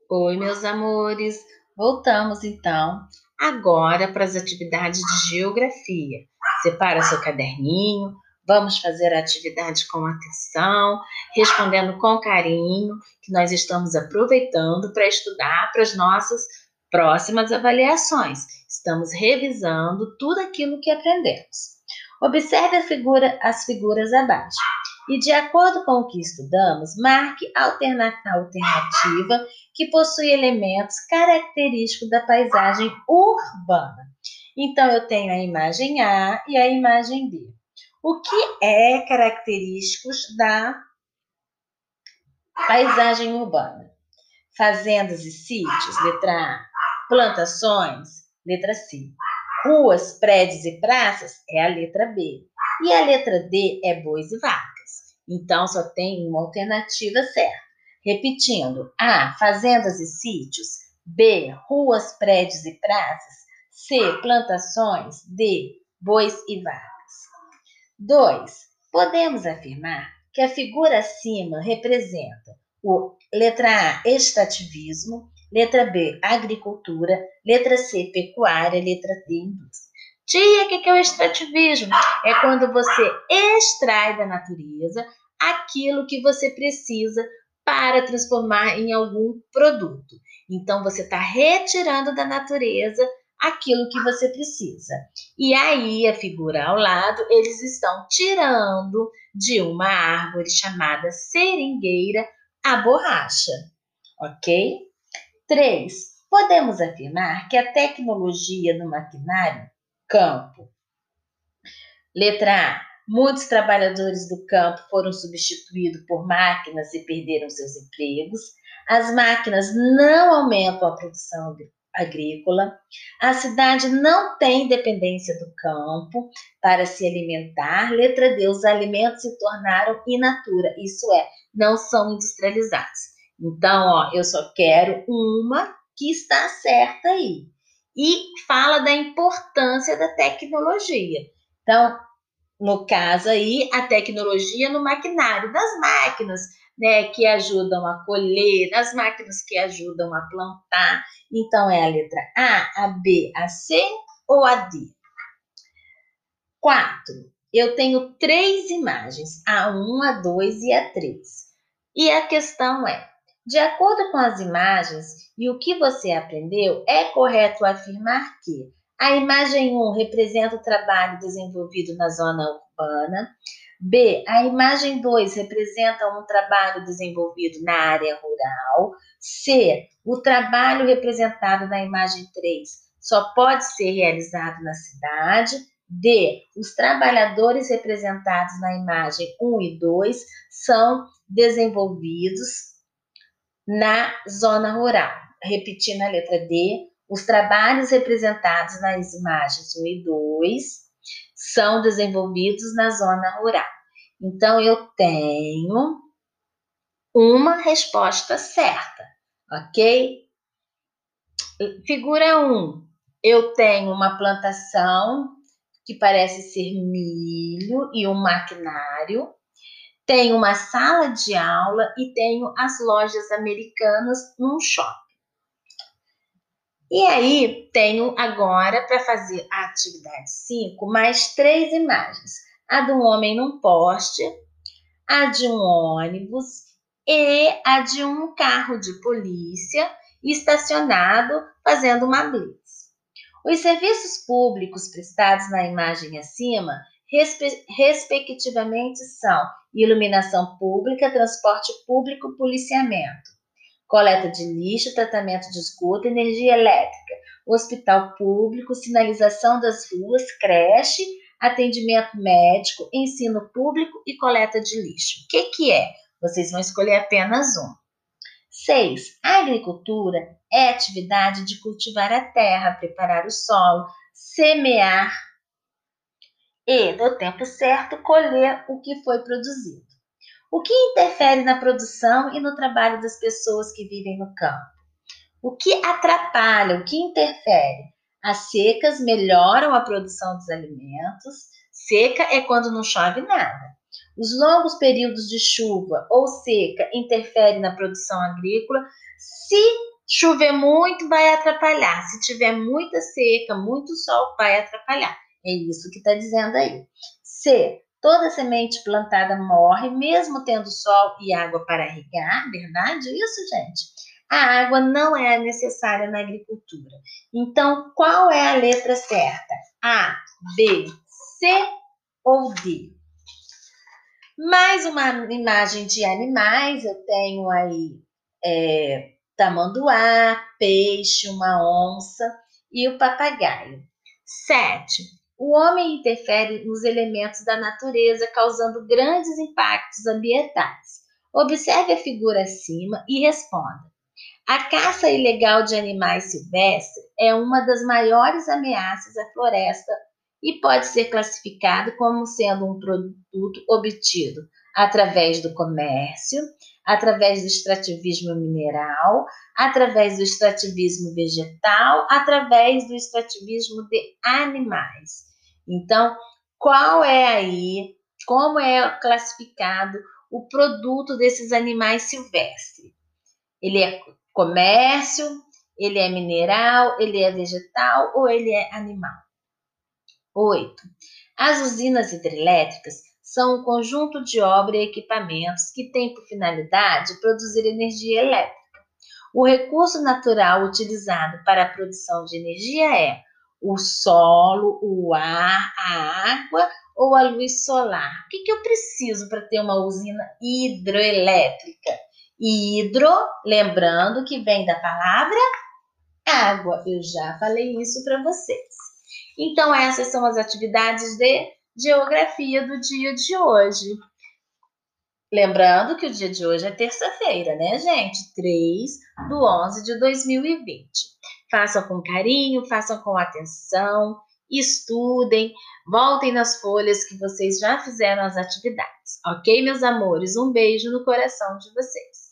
Oi, meus amores. Voltamos então agora para as atividades de geografia. Separa seu caderninho, vamos fazer a atividade com atenção, respondendo com carinho, que nós estamos aproveitando para estudar para as nossas próximas avaliações. Estamos revisando tudo aquilo que aprendemos. Observe as figuras abaixo. E, de acordo com o que estudamos, marque a alternativa que possui elementos característicos da paisagem urbana. Então, eu tenho a imagem A e a imagem B. O que é característicos da paisagem urbana? Fazendas e sítios, letra A. Plantações, letra C. Ruas, prédios e praças, é a letra B. E a letra D é bois e vacas. Então, só tem uma alternativa certa. Repetindo, A, fazendas e sítios, B, ruas, prédios e praças, C, plantações, D, bois e vacas. 2. Podemos afirmar que a figura acima representa letra A, extrativismo, letra B, agricultura, letra C, pecuária, letra D, indústria. Tia, o que é o extrativismo? É quando você extrai da natureza aquilo que você precisa para transformar em algum produto. Então, você está retirando da natureza aquilo que você precisa. E aí, a figura ao lado, eles estão tirando de uma árvore chamada seringueira a borracha, ok? 3. Podemos afirmar que a tecnologia no maquinário campo. Letra A. Muitos trabalhadores do campo foram substituídos por máquinas e perderam seus empregos. As máquinas não aumentam a produção agrícola. A cidade não tem dependência do campo para se alimentar. Letra D. Os alimentos se tornaram in natura, isso é, não são industrializados. Então, ó, eu só quero uma que está certa aí. E fala da importância da tecnologia. Então, no caso aí, a tecnologia no maquinário, das máquinas, né, que ajudam a colher, das máquinas que ajudam a plantar. Então, é a letra A B, a C ou a D? 4. Eu tenho 3 imagens, a 1, a 2 e a 3. E a questão é, de acordo com as imagens e o que você aprendeu, é correto afirmar que a imagem 1 representa o trabalho desenvolvido na zona urbana. B, a imagem 2 representa um trabalho desenvolvido na área rural. C, o trabalho representado na imagem 3 só pode ser realizado na cidade. D, os trabalhadores representados na imagem 1 e 2 são desenvolvidos na zona rural. Repetindo a letra D, os trabalhos representados nas imagens 1 e 2 são desenvolvidos na zona rural. Então, eu tenho uma resposta certa, ok? Figura 1, eu tenho uma plantação que parece ser milho e um maquinário. Tenho uma sala de aula e tenho as lojas americanas num shopping. E aí, tenho agora, para fazer a atividade 5, mais 3 imagens. A de um homem num poste, a de um ônibus e a de um carro de polícia estacionado fazendo uma blitz. Os serviços públicos prestados na imagem acima, respectivamente, são iluminação pública, transporte público, policiamento, coleta de lixo, tratamento de esgoto, energia elétrica, hospital público, sinalização das ruas, creche, atendimento médico, ensino público e coleta de lixo. O que é? Vocês vão escolher apenas um. 6. A agricultura é a atividade de cultivar a terra, preparar o solo, semear e, no tempo certo, colher o que foi produzido. O que interfere na produção e no trabalho das pessoas que vivem no campo? O que atrapalha, o que interfere? As secas melhoram a produção dos alimentos. Seca é quando não chove nada. Os longos períodos de chuva ou seca interferem na produção agrícola. Se Chover muito vai atrapalhar. Se tiver muita seca, muito sol, vai atrapalhar. É isso que está dizendo aí. C. Toda semente plantada morre, mesmo tendo sol e água para irrigar. Verdade isso, gente? A água não é necessária na agricultura. Então, qual é a letra certa? A, B, C ou D? Mais uma imagem de animais. Eu tenho aí tamanduá, peixe, uma onça e o papagaio. 7. O homem interfere nos elementos da natureza, causando grandes impactos ambientais. Observe a figura acima e responda. A caça ilegal de animais silvestres é uma das maiores ameaças à floresta e pode ser classificado como sendo um produto obtido através do comércio, através do extrativismo mineral, através do extrativismo vegetal, através do extrativismo de animais. Então, qual é aí, como é classificado o produto desses animais silvestres? Ele é comércio, ele é mineral, ele é vegetal ou ele é animal? 8. As usinas hidrelétricas são um conjunto de obras e equipamentos que têm por finalidade produzir energia elétrica. O recurso natural utilizado para a produção de energia é o solo, o ar, a água ou a luz solar. O que eu preciso para ter uma usina hidroelétrica? Hidro, lembrando que vem da palavra água. Eu já falei isso para vocês. Então, essas são as atividades de geografia do dia de hoje. Lembrando que o dia de hoje é terça-feira, né, gente? 3/11/2020. Façam com carinho, façam com atenção, estudem, voltem nas folhas que vocês já fizeram as atividades. Ok, meus amores? Um beijo no coração de vocês.